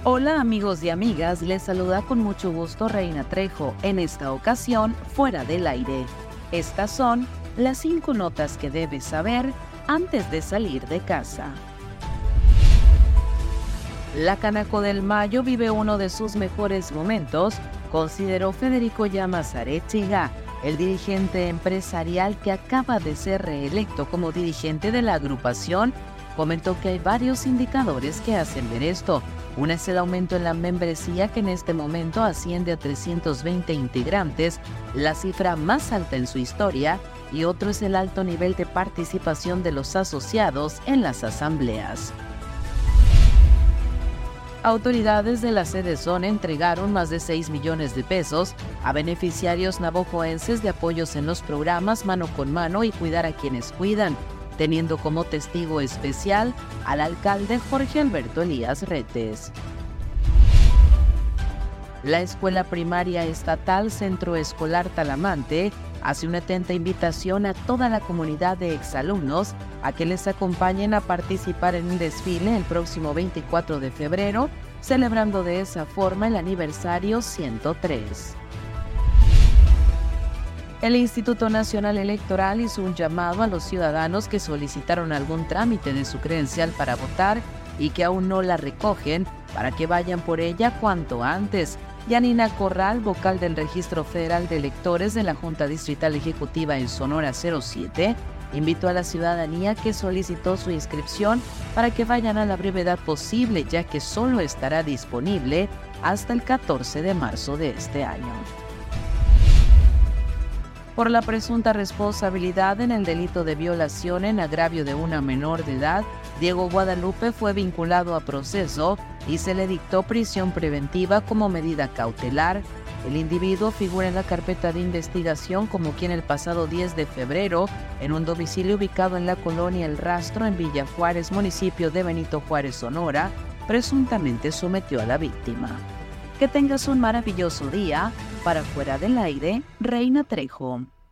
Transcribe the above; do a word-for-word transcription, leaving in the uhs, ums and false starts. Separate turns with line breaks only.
Hola amigos y amigas, les saluda con mucho gusto Reina Trejo, en esta ocasión Fuera del Aire. Estas son las cinco notas que debes saber antes de salir de casa. La Canaco del Mayo vive uno de sus mejores momentos, consideró Federico Llamas Arechiga, el dirigente empresarial que acaba de ser reelecto como dirigente de la agrupación. Comentó que hay varios indicadores que hacen ver esto. Uno es el aumento en la membresía, que en este momento asciende a trescientos veinte integrantes, la cifra más alta en su historia, y otro es el alto nivel de participación de los asociados en las asambleas. Autoridades de la sede zona entregaron más de seis millones de pesos a beneficiarios navojoenses de apoyos en los programas Mano con Mano y Cuidar a quienes cuidan, teniendo como testigo especial al alcalde Jorge Alberto Elías Retes. La Escuela Primaria Estatal Centro Escolar Talamante hace una atenta invitación a toda la comunidad de exalumnos a que les acompañen a participar en un desfile el próximo veinticuatro de febrero, celebrando de esa forma el aniversario ciento tres. El Instituto Nacional Electoral hizo un llamado a los ciudadanos que solicitaron algún trámite de su credencial para votar y que aún no la recogen, para que vayan por ella cuanto antes. Yanina Corral, vocal del Registro Federal de Electores de la Junta Distrital Ejecutiva en Sonora cero siete, invitó a la ciudadanía que solicitó su inscripción para que vayan a la brevedad posible, ya que solo estará disponible hasta el catorce de marzo de este año. Por la presunta responsabilidad en el delito de violación en agravio de una menor de edad, Diego Guadalupe fue vinculado a proceso y se le dictó prisión preventiva como medida cautelar. El individuo figura en la carpeta de investigación como quien el pasado diez de febrero, en un domicilio ubicado en la colonia El Rastro, en Villa Juárez, municipio de Benito Juárez, Sonora, presuntamente sometió a la víctima. Que tengas un maravilloso día. Para Fuera del Aire, Reina Trejo.